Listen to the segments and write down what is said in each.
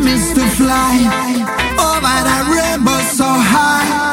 promise to fly over that rainbow so high.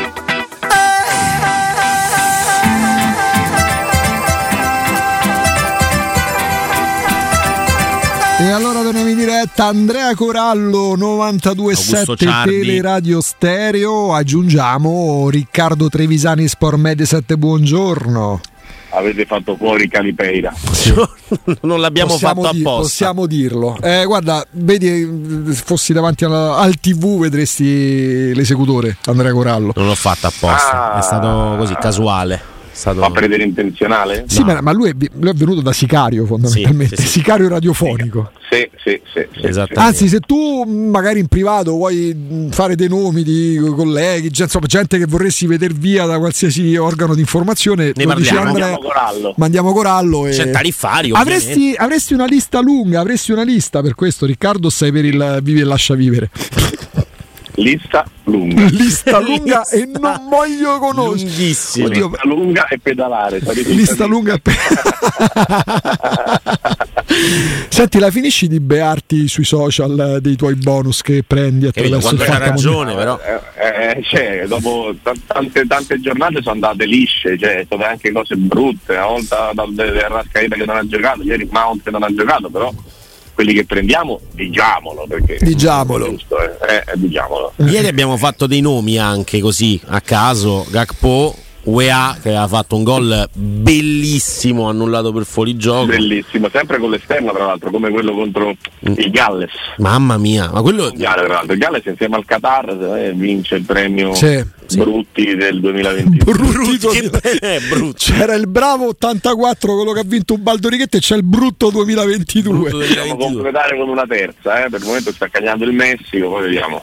E allora torniamo in diretta. Andrea Corallo 92.7 Teleradio Stereo. Aggiungiamo Riccardo Trevisani, Sport Mediaset. Buongiorno. Avete fatto fuori Calipeira. Sì. Non l'abbiamo fatto apposta. Possiamo dirlo. Guarda, vedi, fossi davanti al TV vedresti l'esecutore Andrea Corallo. Non l'ho fatto apposta, è stato così casuale. Ma prendere intenzionale? Sì, no. ma lui è venuto da sicario fondamentalmente, sì. Sicario radiofonico. Sì. Anzi, se tu magari in privato vuoi fare dei nomi di colleghi, gente che vorresti vedere via da qualsiasi organo di informazione, ne parliamo. Mandiamo Corallo. C'è Tariffario. Avresti una lista lunga, per questo Riccardo sei per il vivi e lascia vivere. Lista lunga e non voglio conoscere. Lunghissima. Lista lunga e pedalare. Lista lunga e Senti, la finisci di bearti sui social dei tuoi bonus che prendi attraverso il fatto ragione però dopo tante giornate sono andate lisce, sono state anche cose brutte, una volta dal Rascaeta che non ha giocato, ieri Mount che non ha giocato, però quelli che prendiamo diciamolo. Giusto, diciamolo. Ieri abbiamo fatto dei nomi anche così a caso. Gakpo, UEA, che aveva fatto un gol bellissimo annullato per fuorigioco, bellissimo, sempre con l'esterno tra l'altro, come quello contro il Galles. Mamma mia, ma quello il Galles insieme al Qatar vince il premio sì. Brutti del 2022. C'era il bravo 84, quello che ha vinto un Baldorichetto, e c'è il brutto 2022. Dobbiamo completare con una terza, per il momento sta cagnando il Messico, poi vediamo.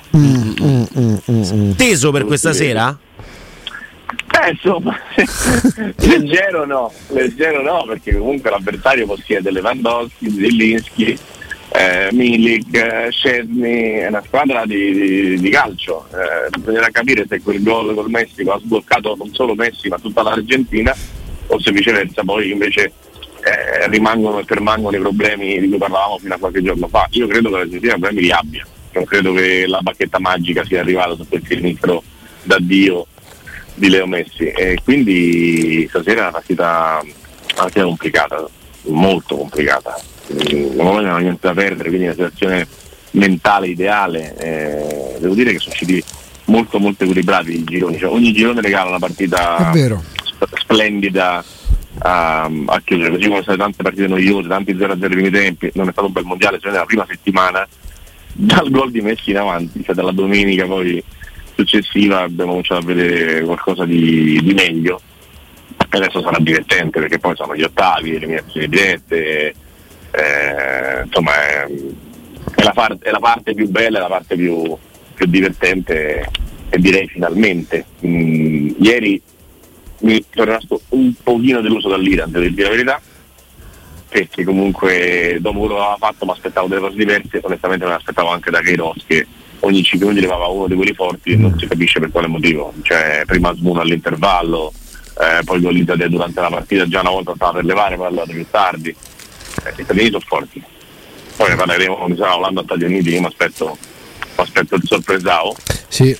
Teso per questa sera? Insomma, leggero no, perché comunque l'avversario possiede Lewandowski, Zielinski, Milik, Szczesny, è una squadra di calcio. Bisognerà capire se quel gol col Messico ha sbloccato non solo Messi ma tutta l'Argentina, o se viceversa poi invece rimangono e permangono i problemi di cui parlavamo fino a qualche giorno fa. Io credo che l'Argentina problemi li abbia, non credo che la bacchetta magica sia arrivata su quel sinistro d'addio di Leo Messi, e quindi stasera è una partita anche complicata, molto complicata. Non vogliono niente da perdere, quindi una situazione mentale ideale. Devo dire che sono usciti molto equilibrati i gironi, ogni girone regala una partita splendida a chiudere, così come sono state tante partite noiose, tanti 0-0 ai primi tempi. Non è stato un bel mondiale, nella prima settimana dal gol di Messi in avanti, dalla domenica poi successiva abbiamo cominciato a vedere qualcosa di meglio, e adesso sarà divertente perché poi sono gli ottavi, eliminazioni dirette, insomma è la parte più bella, è la parte più divertente, e direi finalmente. Ieri mi sono rimasto un pochino deluso dall'Iran, devo dire la verità, perché comunque dopo quello che aveva fatto mi aspettavo delle cose diverse, onestamente me ne aspettavo anche da Queiroz, che ogni 5 minuti levava uno di quelli forti e non si capisce per quale motivo. Prima Smuno all'intervallo, poi gol d'Italia durante la partita, già una volta stava per levare, poi è arrivato più tardi. Gli italiani sono forti, poi ne parleremo come sarà Olanda Stati Uniti. Io mi aspetto il sorpresao, sì.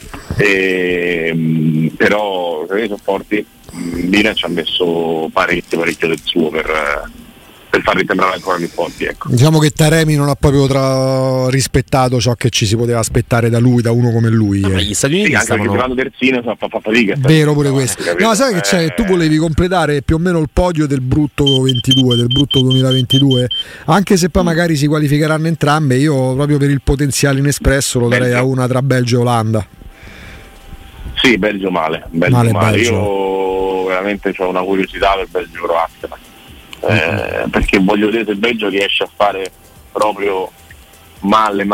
Però gli italiani sono forti. Milan ci ha messo parecchio del suo per farli sembrare ancora più forti, ecco. Diciamo che Taremi non ha proprio rispettato ciò che ci si poteva aspettare da lui, da uno come lui. Gli Stati Uniti anche perché giocando terzino fa fatica. Vero pure questo. No, sai che c'è? Tu volevi completare più o meno il podio del brutto 22, del brutto 2022, anche se poi magari si qualificheranno entrambe. Io proprio per il potenziale inespresso lo darei a una tra Belgio e Olanda. Sì, Belgio male. Io veramente ho una curiosità per Belgio-Croazia. Perché voglio vedere se il Belgio riesce a fare proprio male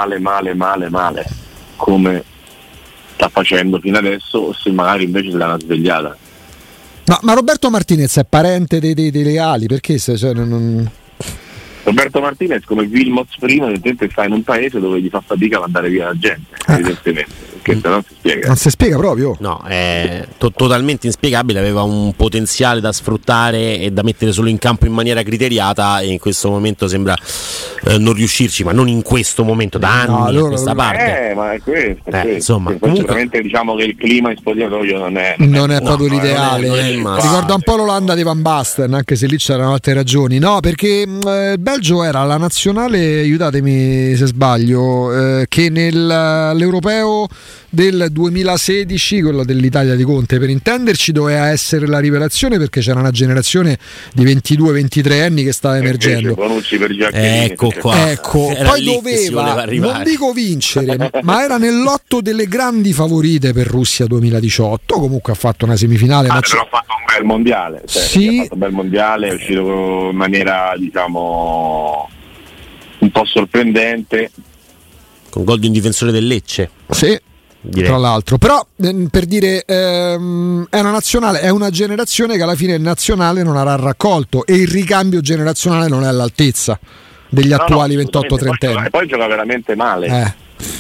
come sta facendo fino adesso, o se magari invece se l'ha una svegliata. Ma Roberto Martinez è parente dei leali? Perché Roberto Martinez, come Wilmots prima, sta in un paese dove gli fa fatica ad andare via la gente, evidentemente, perché se no si spiega. Non si spiega proprio. No, è totalmente inspiegabile, aveva un potenziale da sfruttare e da mettere solo in campo in maniera criteriata e in questo momento sembra non riuscirci, ma non in questo momento, da anni a questa parte. Ma è questo. Insomma, comunque sicuramente diciamo che il clima in spogliatoio non è proprio l'ideale. Ricorda un po' l'Olanda di Van Basten, anche se lì c'erano altre ragioni. No, perché il Belgio era la nazionale, aiutatemi se sbaglio, che nell'europeo del 2016, quello dell'Italia di Conte per intenderci, doveva essere la rivelazione, perché c'era una generazione di 22-23 anni che stava emergendo. Ecco qua. Poi doveva, non dico vincere, ma era nell'otto delle grandi favorite per Russia 2018. Comunque ha fatto una semifinale, però ha fatto un bel mondiale, ha fatto un bel mondiale, è uscito in maniera diciamo un po' sorprendente, con gol di un difensore del Lecce. Sì. Direi. Tra l'altro, però per dire è una nazionale, è una generazione che alla fine il nazionale non avrà raccolto, e il ricambio generazionale non è all'altezza degli attuali 28-30 poi gioca veramente male.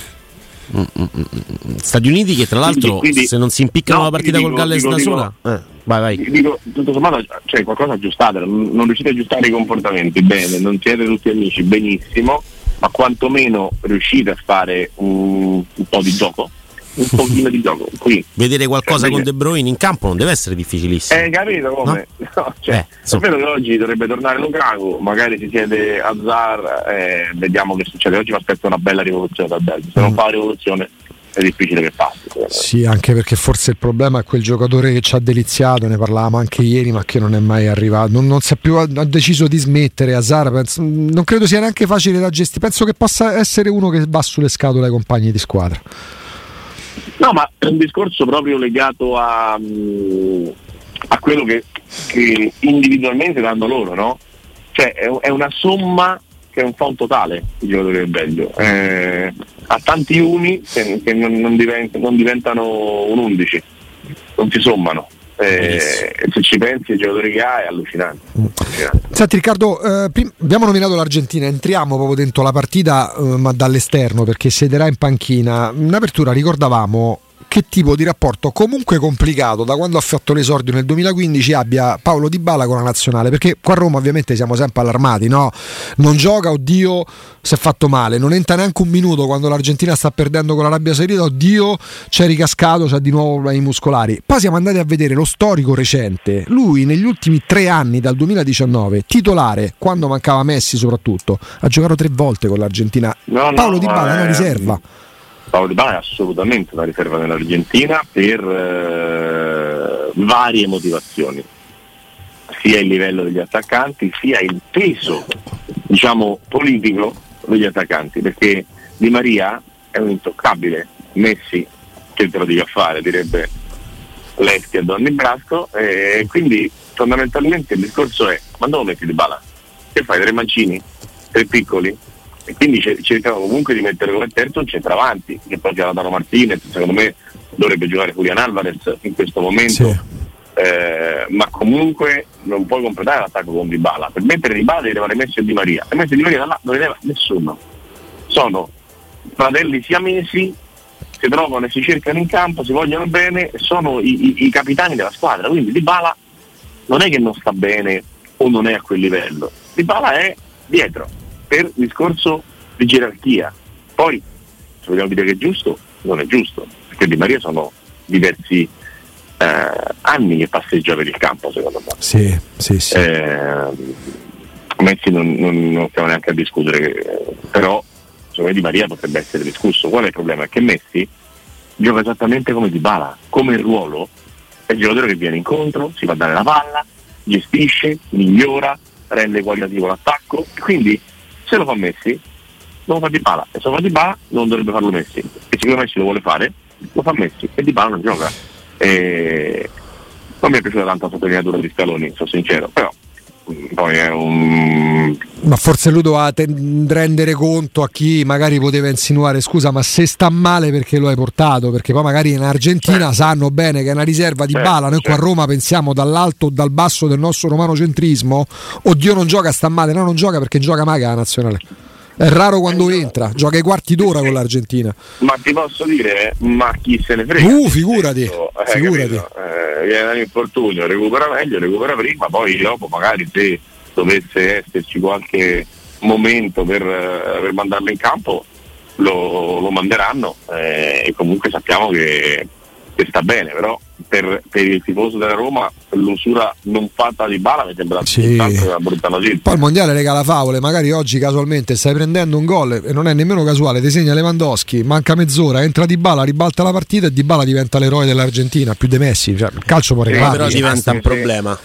Stati Uniti che tra l'altro quindi, se non si impiccano la partita col Galles da sola, vai. Dico, tutto sommato c'è qualcosa aggiustate, non riuscite a aggiustare i comportamenti bene, non siete tutti amici, benissimo, ma quantomeno riuscite a fare un po' di gioco, un pochino di gioco qui. Vedere qualcosa con De Bruyne in campo non deve essere difficilissimo. Capito come? No, è vero che oggi dovrebbe tornare Lukaku, magari si siede Hazard, vediamo che succede. Oggi mi aspetto una bella rivoluzione dal Belgio, se non fa la rivoluzione è difficile che passi. Sì, anche perché forse il problema è quel giocatore che ci ha deliziato, ne parlavamo anche ieri, ma che non è mai arrivato, non si è più, ha deciso di smettere. Hazard non credo sia neanche facile da gestire, penso che possa essere uno che va sulle scatole ai compagni di squadra. No, ma è un discorso proprio legato a quello che individualmente danno loro, no? Cioè è una somma che non fa un totale il giocatore del Belgio. Ha tanti uni che non diventano un 11, non si sommano. Se ci pensi il giocatore che ha è allucinante. Senti Riccardo, abbiamo nominato l'Argentina, entriamo proprio dentro la partita ma dall'esterno, perché siederà in panchina. In apertura ricordavamo che tipo di rapporto comunque complicato da quando ha fatto l'esordio nel 2015 abbia Paulo Dybala con la nazionale, perché qua a Roma ovviamente siamo sempre allarmati, no? Non gioca, oddio si è fatto male, non entra neanche un minuto quando l'Argentina sta perdendo con l'Arabia Saudita, oddio c'è ricascato, c'ha di nuovo problemi muscolari. Poi siamo andati a vedere lo storico recente, lui negli ultimi 3 anni dal 2019 titolare, quando mancava Messi soprattutto, ha giocato 3 volte con l'Argentina. Paulo Dybala è una riserva. Paolo Dybala è assolutamente una riserva nell'Argentina per varie motivazioni, sia il livello degli attaccanti sia il peso, diciamo, politico degli attaccanti, perché Di Maria è un intoccabile, Messi che te lo devi fare, direbbe Lesti a Donny Brasco, e quindi fondamentalmente il discorso è: ma dove metti Dybala? Che fai, 3 mancini? 3 piccoli? E quindi cercano comunque di mettere come terzo un centravanti, che poi c'è Lautaro Martinez, secondo me dovrebbe giocare Julián Álvarez in questo momento, sì. Ma comunque non puoi completare l'attacco con Dybala. Per mettere Dybala devi levare Messi e Di Maria, e Messi e Di Maria da là non li leva nessuno, sono fratelli siamesi, si trovano e si cercano in campo, si vogliono bene, sono i capitani della squadra, quindi Dybala non è che non sta bene o non è a quel livello, Dybala è dietro per discorso di gerarchia. Poi se vogliamo dire che è giusto, non è giusto, perché Di Maria sono diversi anni che passeggia per il campo, secondo me. Sì. Messi non stiamo neanche a discutere, però secondo me Di Maria potrebbe essere discusso. Qual è il problema? È che Messi gioca esattamente come Dybala, come il ruolo, è il giocatore che viene incontro, si va a dare la palla, gestisce, migliora, rende qualitativo l'attacco, quindi se lo fa Messi non lo fa Dybala, e se lo fa Dybala non dovrebbe farlo Messi, e siccome Messi lo vuole fare lo fa Messi e Dybala non gioca. Non mi è piaciuta tanto la sottolineatura di Scaloni, sono sincero, però poi è un... Ma forse lui doveva rendere conto a chi magari poteva insinuare: scusa, ma se sta male perché lo hai portato? Perché poi magari in Argentina sanno bene che è una riserva di Dybala. Noi qua a Roma pensiamo dall'alto o dal basso del nostro romanocentrismo: oddio non gioca, sta male. No, non gioca perché gioca mai la nazionale. È raro quando entra, gioca i quarti d'ora con l'Argentina. Ma ti posso dire, ma chi se ne frega? Figurati. Viene dall'infortunio, recupera meglio, recupera prima, poi dopo magari se dovesse esserci qualche momento per mandarlo in campo lo manderanno, e comunque sappiamo che sta bene, però per il tifoso della Roma l'usura non fatta di Dybala mi sembra una brutta notizia. Poi il mondiale regala favole, magari oggi casualmente stai prendendo un gol e non è nemmeno casuale, ti segna Lewandowski, manca mezz'ora, entra Dybala, ribalta la partita e Dybala diventa l'eroe dell'Argentina, più di Messi, cioè, il calcio può regalare. Però diventa un problema.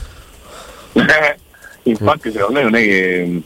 Infatti secondo me non è che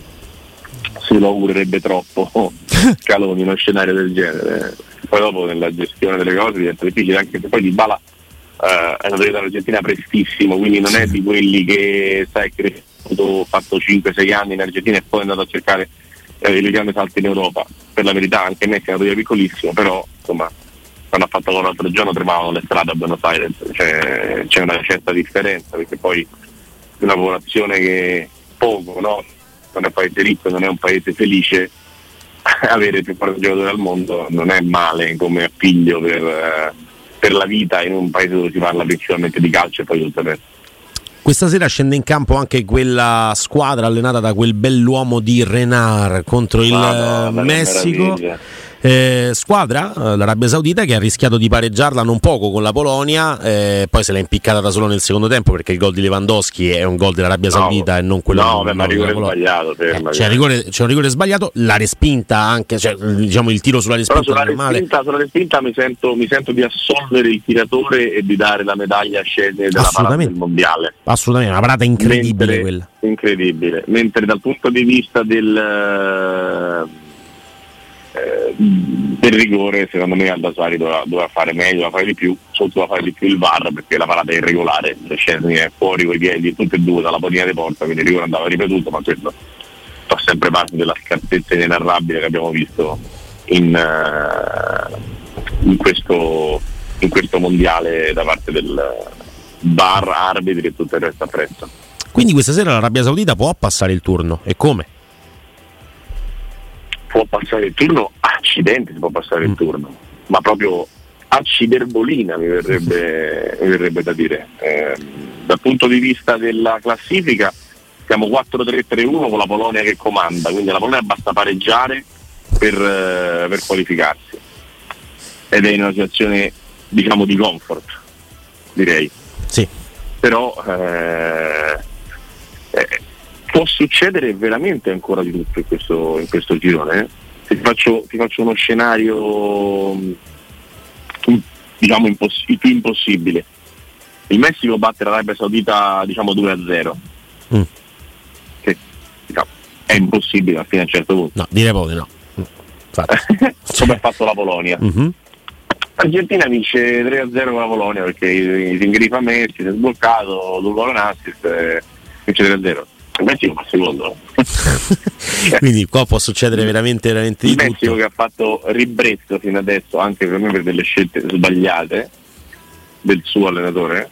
se lo augurerebbe troppo Scaloni in uno scenario del genere, poi dopo nella gestione delle cose diventa difficile, anche se poi Dybala è andato dall'Argentina prestissimo, quindi non è di quelli che sai cresciuto, fatto 5-6 anni in Argentina e poi è andato a cercare i grandi salti in Europa. Per la verità anche me che è andato via piccolissimo, però insomma quando ha fatto gol l'altro giorno tremavano le strade a Buenos Aires, cioè, c'è una certa differenza, perché poi una popolazione che poco, no? Non è un paese ricco, non è un paese felice, avere il più forte giocatore al mondo non è male come appiglio per la vita in un paese dove si parla principalmente di calcio e poi tutto il resto. Questa sera scende in campo anche quella squadra allenata da quel bell'uomo di Renard contro il Messico. Squadra, l'Arabia Saudita, che ha rischiato di pareggiarla non poco con la Polonia, poi se l'è impiccata da solo nel secondo tempo, perché il gol di Lewandowski è un gol dell'Arabia Saudita e non quello ma rigore sbagliato, c'è un rigore sbagliato, la respinta anche, cioè, diciamo il tiro sulla respinta sulla respinta mi sento di assolvere il tiratore e di dare la medaglia a Scesni della parata del mondiale. Assolutamente, una parata incredibile, quella incredibile, mentre dal punto di vista del rigore secondo me Al-Dasari doveva fare meglio, doveva fare di più, doveva fare di più il VAR, perché la parata è irregolare, Scesni è fuori coi piedi tutti e due dalla linea di porta, quindi il rigore andava ripetuto, ma questo fa sempre parte della scarsezza inenarrabile che abbiamo visto in questo mondiale da parte del VAR, arbitri e tutto il resto appresso. Quindi questa sera l'Arabia Saudita può passare il turno, e come? Può passare il turno, accidenti si può passare il turno, ma proprio acciderbolina mi verrebbe da dire. Dal punto di vista della classifica siamo 4-3-3-1 con la Polonia che comanda, quindi alla Polonia basta pareggiare per qualificarsi, ed è in una situazione diciamo di comfort, direi. Sì. Però può succedere veramente ancora di tutto in questo girone. Ti faccio uno scenario diciamo più impossibile. Il Messico batte l'Arabia Saudita diciamo 2-0, che diciamo, è impossibile fino a un certo punto. No, direi proprio no. Come ha fatto la Polonia. L'Argentina vince 3-0 con la Polonia perché i Zingheri fa Messi, si è sbloccato, Lugo un assist, vince 3-0. Il Messico fa secondo. Quindi qua può succedere veramente di tutto. Il Messico che ha fatto ribrezzo fino adesso, anche per me per delle scelte sbagliate del suo allenatore.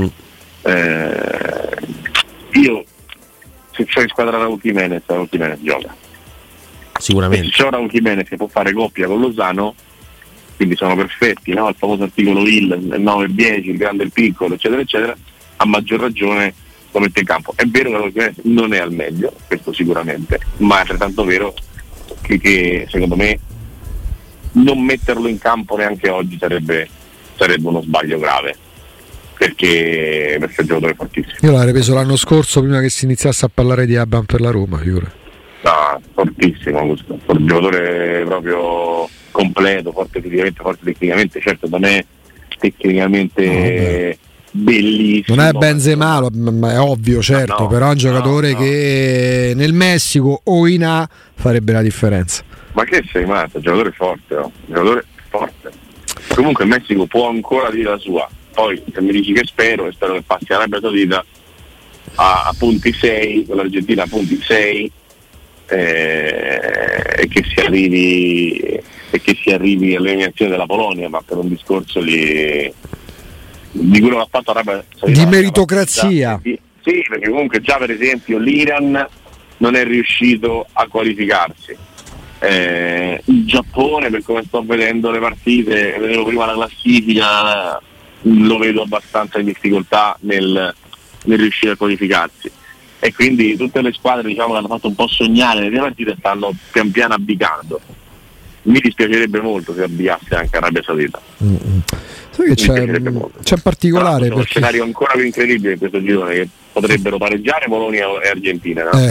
Io se c'ho in squadra Raúl Jiménez gioca sicuramente. Se c'ho Raúl Jiménez che può fare coppia con Lozano, quindi sono perfetti, no? Il famoso articolo Hill, il 9-10, il grande e il piccolo, eccetera eccetera, a maggior ragione lo mette in campo. È vero che Raúl Jiménez non è al meglio, questo sicuramente, ma è altrettanto vero che secondo me non metterlo in campo neanche oggi sarebbe uno sbaglio grave, perché è un giocatore fortissimo. Io l'avrei preso l'anno scorso prima che si iniziasse a parlare di Aban per la Roma, figura. No, fortissimo questo, un giocatore proprio completo, forte fisicamente, forte tecnicamente, certo non è tecnicamente bellissimo. Non è Benzema, ma è ovvio, certo, però è un giocatore che nel Messico o in A farebbe la differenza. Ma che sei matto, giocatore forte, no? Giocatore forte. Comunque il Messico può ancora dire la sua, poi se mi dici che spero che passi all'Arabia Saudita a punti 6, con l'Argentina a punti 6, e che si arrivi all'eliminazione della Polonia, ma per un discorso di quello che ha fatto l'Arabia Saudita, di meritocrazia. Sì, perché comunque già per esempio l'Iran non è riuscito a qualificarsi, Il Giappone, per come sto vedendo le partite, vedevo prima la classifica, lo vedo abbastanza in difficoltà nel riuscire a qualificarsi, e quindi tutte le squadre, diciamo, che hanno fatto un po' sognare nelle partite stanno pian piano abdicando. Mi dispiacerebbe molto se abdicasse anche Arabia Saudita. Sai che c'è in particolare, c'è un scenario ancora più incredibile in questo girone, che potrebbero pareggiare Polonia e Argentina, no?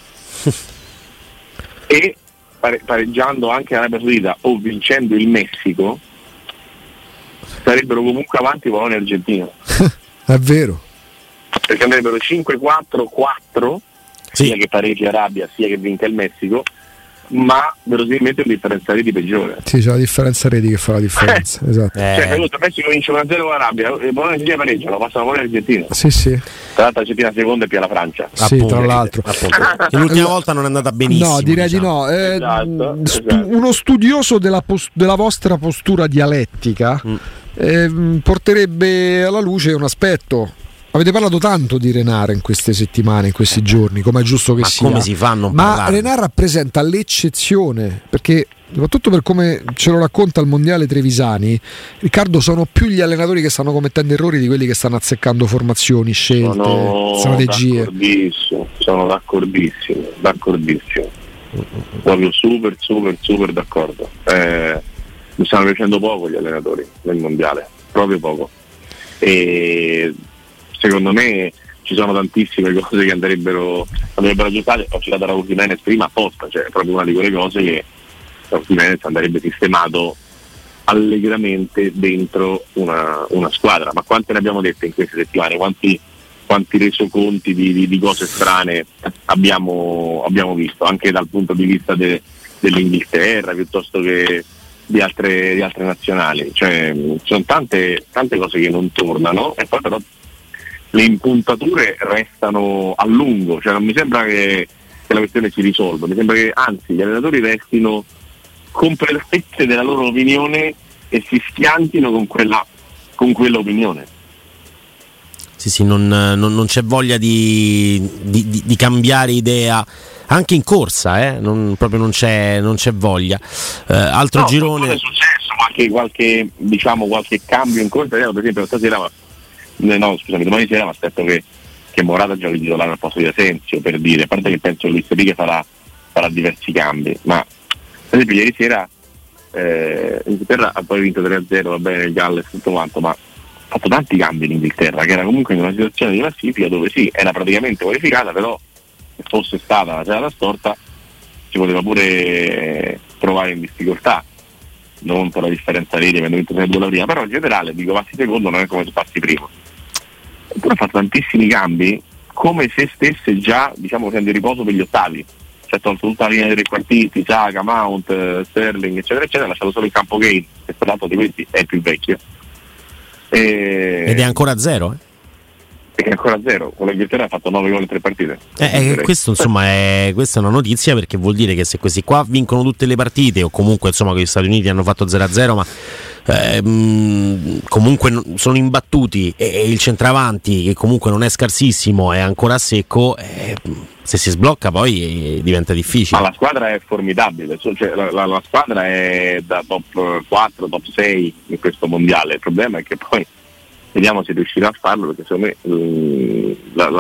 E pareggiando anche Arabia Saudita o vincendo il Messico sarebbero comunque avanti Polonia e Argentina. È vero, perché andrebbero 5-4-4, sì, sia che pareggi Arabia sia che vinca il Messico, ma verosimilmente un differenza reti peggiore. Sì, c'è la differenza reti che fa la differenza. Esatto. Cioè, per il Messico vince 1-0 con Arabia e Polonia e Argentina pareggiano, passano Polonia e Argentina. Sì. Tra l'altro Argentina seconda e più la Francia. Sì, appunto, tra l'altro. L'ultima volta non è andata benissimo. No, direi diciamo. di no. Esatto. Uno studioso della vostra postura dialettica porterebbe alla luce un aspetto. Avete parlato tanto di Renard in queste settimane, in questi giorni, come è giusto che sia. Come si fa a non Ma parlarne? Renard rappresenta l'eccezione, perché soprattutto per come ce lo racconta il mondiale Trevisani, Riccardo, sono più gli allenatori che stanno commettendo errori di quelli che stanno azzeccando formazioni, scelte, strategie. Sono d'accordissimo. Proprio super d'accordo. Mi stanno piacendo poco gli allenatori nel mondiale, proprio poco. E secondo me ci sono tantissime cose che andrebbero aggiustate. Ho citato Raul Jimenez prima apposta, cioè è proprio una di quelle cose che Raul Jimenez andrebbe sistemato allegramente dentro una squadra. Ma quante ne abbiamo dette in queste settimane? Quanti resoconti di cose strane abbiamo visto, anche dal punto di vista dell'Inghilterra piuttosto che di altre nazionali. Cioè sono tante cose che non tornano, e poi però le impuntature restano a lungo. Cioè non mi sembra che la questione si risolva, mi sembra che anzi gli allenatori restino completamente della loro opinione e si schiantino con quella opinione. Sì, non c'è voglia di cambiare idea anche in corsa, non c'è voglia. Altro girone. È successo qualche cambio in corsa, per esempio domani sera mi aspetto che Morata giochi titolare al posto di Asensio, per dire, a parte che penso che Luis Enrique farà diversi cambi, ma per esempio ieri sera l'Inghilterra ha poi vinto 3-0, va bene, il Galles tutto quanto, ma ha fatto tanti cambi l'Inghilterra, che era comunque in una situazione di classifica dove sì, era praticamente qualificata, però se fosse stata la serata storta si poteva pure trovare in difficoltà, non per la differenza reti avendo vinto 3-2 la prima, però in generale dico passi secondo non è come se passi primo. Eppure ha fatto tantissimi cambi come se stesse già facendo il riposo per gli ottavi, cioè tolto tutta la linea dei trequartisti, Saka, Mount, Sterling eccetera, ha lasciato solo in campo Kane, che per l'altro di questi è il più vecchio. Ed è ancora a 0, Perché è ancora a 0, con l'Inghilterra ha fatto 9 gol in 3 partite. Questo insomma questa è una notizia, perché vuol dire che se questi qua vincono tutte le partite, o comunque insomma che gli Stati Uniti hanno fatto 0-0 ma comunque sono imbattuti, e il centravanti, che comunque non è scarsissimo, è ancora a secco, se si sblocca poi diventa difficile. Ma la squadra è formidabile, cioè, la squadra è da top 4, top 6 in questo mondiale. Il problema è che poi vediamo se riuscirà a farlo, perché secondo me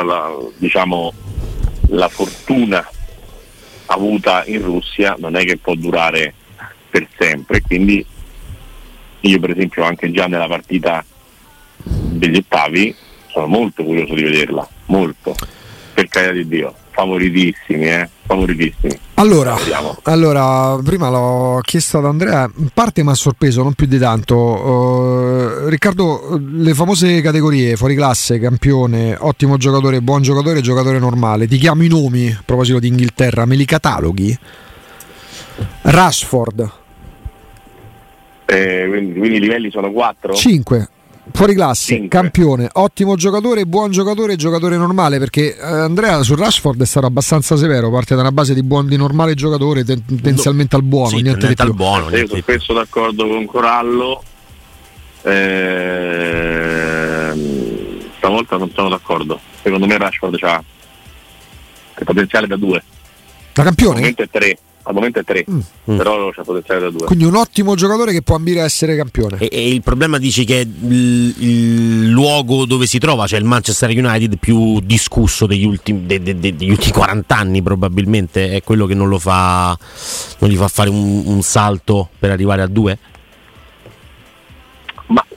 la fortuna avuta in Russia non è che può durare per sempre, quindi io per esempio anche già nella partita degli ottavi sono molto curioso di vederla, molto, per carità di Dio, favoritissimi. Allora, prima l'ho chiesto ad Andrea, in parte mi ha sorpreso, non più di tanto. Riccardo, le famose categorie fuori classe, campione, ottimo giocatore, buon giocatore, giocatore normale, ti chiamo i nomi a proposito di Inghilterra, me li cataloghi? Rashford. Quindi i livelli sono 4? 5. Fuori classe, 5. Campione, ottimo giocatore, buon giocatore, giocatore normale, perché Andrea su Rashford è stato abbastanza severo, parte da una base di normale giocatore tendenzialmente al buono, sì, niente di più. Io sono spesso d'accordo con Corallo, stavolta non sono d'accordo. Secondo me Rashford c'ha il potenziale da 2. Da campione? Al momento è 3. al momento è 3, però c'ha potenziale da 2. Quindi un ottimo giocatore che può ambire a essere campione. E il problema dici che è il luogo dove si trova, cioè il Manchester United più discusso degli ultimi 40 anni probabilmente, è quello che non gli fa fare un salto per arrivare a 2? Ma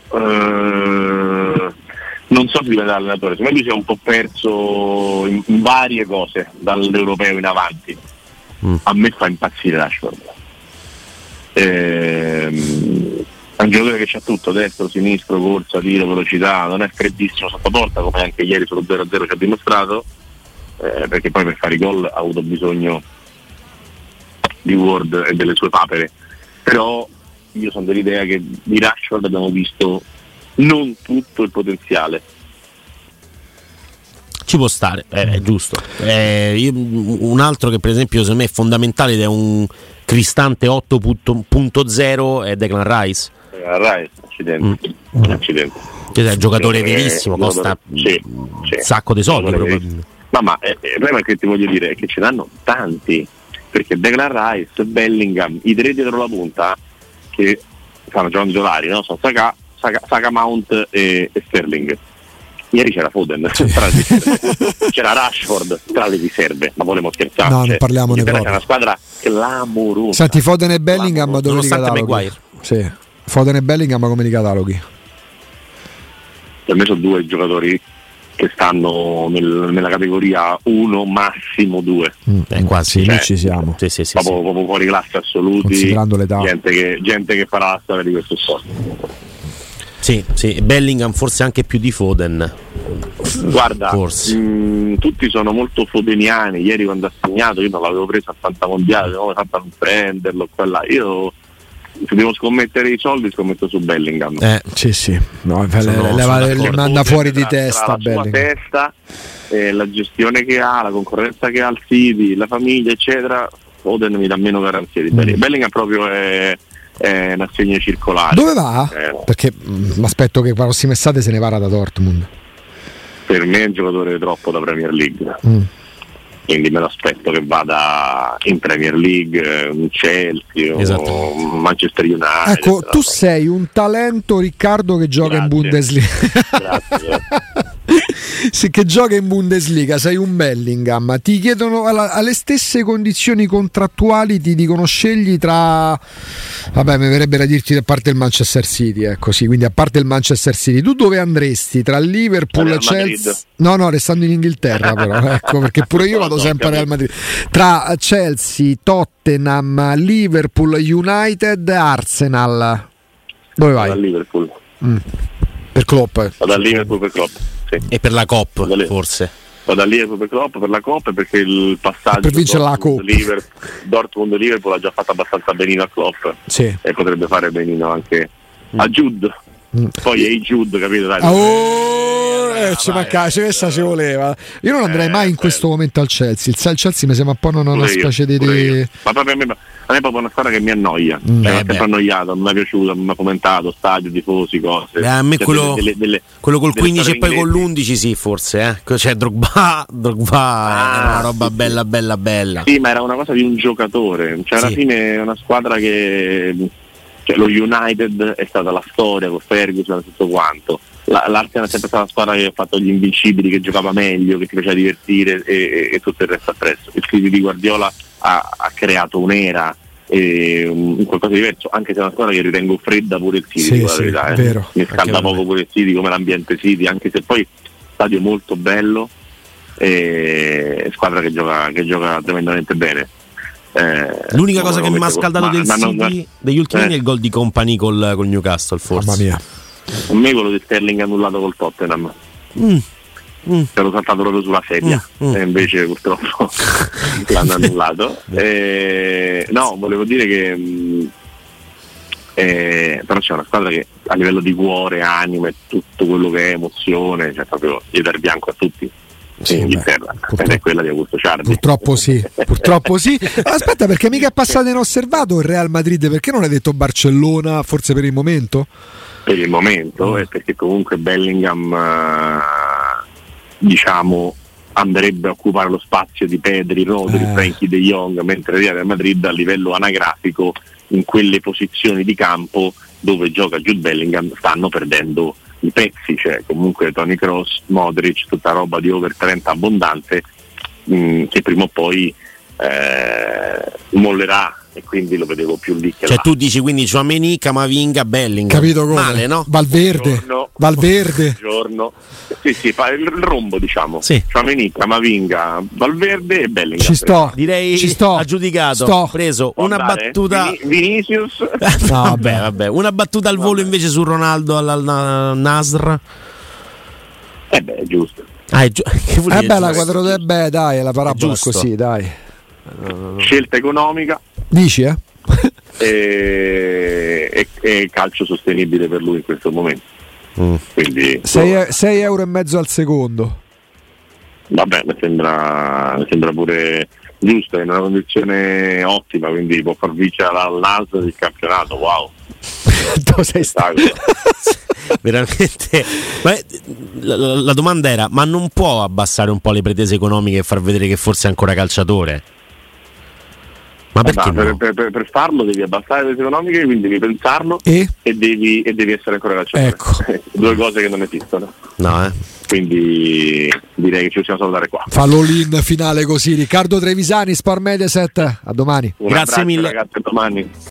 non so se dipende dall'allenatore, secondo me lui si è un po' perso in varie cose dall'europeo in avanti. A me fa impazzire Rashford, è un giocatore che c'ha tutto, destro, sinistro, corsa, tiro, velocità, non è freddissimo sotto porta come anche ieri sullo 0-0 ci ha dimostrato, perché poi per fare i gol ha avuto bisogno di Ward e delle sue papere, però io sono dell'idea che di Rashford abbiamo visto non tutto il potenziale. ci può stare, è giusto. Un altro che per esempio secondo me è fondamentale ed è un Cristante 8.0 è Declan Rice. Rice, accidenti. Che è un giocatore verissimo, costa un sacco di soldi probabilmente. Ma il problema che ti voglio dire è che ce l'hanno tanti, perché Declan Rice, Bellingham, i tre dietro la punta che stanno giocando titolari, no? Sono Saka, Mount e Sterling. Ieri c'era Foden, c'era Rashford tra le riserve, ma volevamo scherzare. No, non parliamone proprio. C'è una squadra clamorosa. Senti, Foden e Bellingham dove li cataloghi? Sì. Foden e Bellingham come li cataloghi? Per me sono due giocatori che stanno nella categoria 1, massimo 2. Quasi, lì ci siamo. Sì. Proprio fuori classe assoluti, considerando l'età. Gente che farà la storia di questo sport. Sì, Bellingham forse anche più di Foden. Guarda, tutti sono molto fodeniani. Ieri quando ha segnato io non l'avevo preso a Fanta Mondiale, non avevo fatto a non prenderlo qua là. Io se devo scommettere i soldi scommetto su Bellingham. Sì. No, le manda fuori di testa la sua testa, la gestione che ha, la concorrenza che ha al City, la famiglia eccetera. Foden mi dà meno garanzie di Bellingham proprio è un assegno circolare. Dove va? Perché mi aspetto che la prossima estate se ne vada da Dortmund. Per me è un giocatore troppo da Premier League. Quindi me lo aspetto che vada in Premier League, un Chelsea o Manchester United. Ecco, tu sei un talento, Riccardo, che gioca in Bundesliga. Grazie. Sì, che gioca in Bundesliga, sei un Bellingham, ti chiedono alle stesse condizioni contrattuali, ti dicono scegli tra, vabbè, mi verrebbe da dirti a parte il Manchester City, così, quindi a parte il Manchester City, tu dove andresti? Tra Liverpool, Chelsea? No, restando in Inghilterra però, ecco, perché pure io vado sempre a Real Madrid. Tra Chelsea, Tottenham, Liverpool, United, Arsenal, dove vai? Da Liverpool. Per Klopp. Vado a Liverpool per Klopp. Sì. E per la Coppa forse. Vado a Liverpool per Klopp, per la Coppa, perché il passaggio per vincere la Coppa. Dortmund-Liverpool ha già fatto abbastanza benino a Klopp, e potrebbe fare benino anche a Jude. Poi è Jude, capito? Dai, ci manca, questa ci voleva. Io non andrei mai in questo momento al Chelsea. Il Chelsea mi sembra un po' una specie di. Ma proprio a me è proprio una storia che mi annoia. Mi è sempre annoiato, non mi è piaciuto, non mi ha commentato, stadio, tifosi, cose. A me quello col 15 e poi con l'11 sì, forse. Cioè Drogba era una roba bella. Sì, ma era una cosa di un giocatore. Cioè alla fine è una squadra che. Cioè, lo United è stata la storia con Ferguson e tutto quanto. L'Arsenal è sempre stata la squadra che ha fatto gli invincibili, che giocava meglio, che ti faceva divertire e tutto il resto appresso. Il City di Guardiola ha creato un'era, un qualcosa di diverso, anche se è una squadra che ritengo fredda pure il City, la verità, vero. Mi scalda poco pure il City come l'ambiente City, anche se poi stadio molto bello, squadra che gioca tremendamente bene. L'unica cosa che mi ha scaldato del City degli ultimi anni è il gol di Company col Newcastle, forse. Mamma mia. A me quello di Sterling annullato col Tottenham. Se l'ho saltato proprio sulla sedia e invece purtroppo l'hanno annullato. No, volevo dire che però c'è una squadra che a livello di cuore, anima e tutto quello che è emozione, cioè proprio gli dà il bianco a tutti. In Inghilterra ed è quella di Augusto Ciardi. Purtroppo sì. Aspetta, perché mica è passato inosservato il Real Madrid, perché non hai detto Barcellona, forse per il momento? Per il momento è perché comunque Bellingham diciamo andrebbe a occupare lo spazio di Pedri, Rodri, Frenkie de Jong, mentre Real Madrid a livello anagrafico in quelle posizioni di campo dove gioca Jude Bellingham stanno perdendo i pezzi, cioè comunque Toni Kroos, Modric, tutta roba di over 30 abbondante che prima o poi mollerà, e quindi lo vedevo più lì che cioè là. tu dici quindi Tchouaméni, Camavinga, Bellingham, capito come? male, no? Valverde. Giorno. Sì, fa il rombo, diciamo. Sì. Tchouaméni, Camavinga, Valverde e Bellingham. Ci sto. Direi Ci sto. aggiudicato. Sto. Preso Può una andare? battuta. Vinicius. No, vabbè. Una battuta al volo invece su Ronaldo al Nasr. Beh, giusto. Che vuol dire la giusto? quadro dai, è la parabola Giusto. così, dai. Scelta economica Dici, e calcio sostenibile per lui in questo momento. Quindi 6 euro e mezzo al secondo. vabbè, mi sembra pure giusto, è in una condizione ottima, quindi può far vincere all'Alza del campionato. Wow. Tu sei stato. Veramente. La domanda era: ma non può abbassare un po' le pretese economiche e far vedere che forse è ancora calciatore? Ma perché no? Per farlo devi abbassare le economiche, quindi devi pensarlo E devi essere ancora calciatore. Ecco. Due cose che non esistono. No, Quindi direi che ci possiamo salutare qua. fa l'all-in finale così. Riccardo Trevisani, Sport Mediaset, a domani. Un Grazie abbraccio, mille. ragazzi, a domani.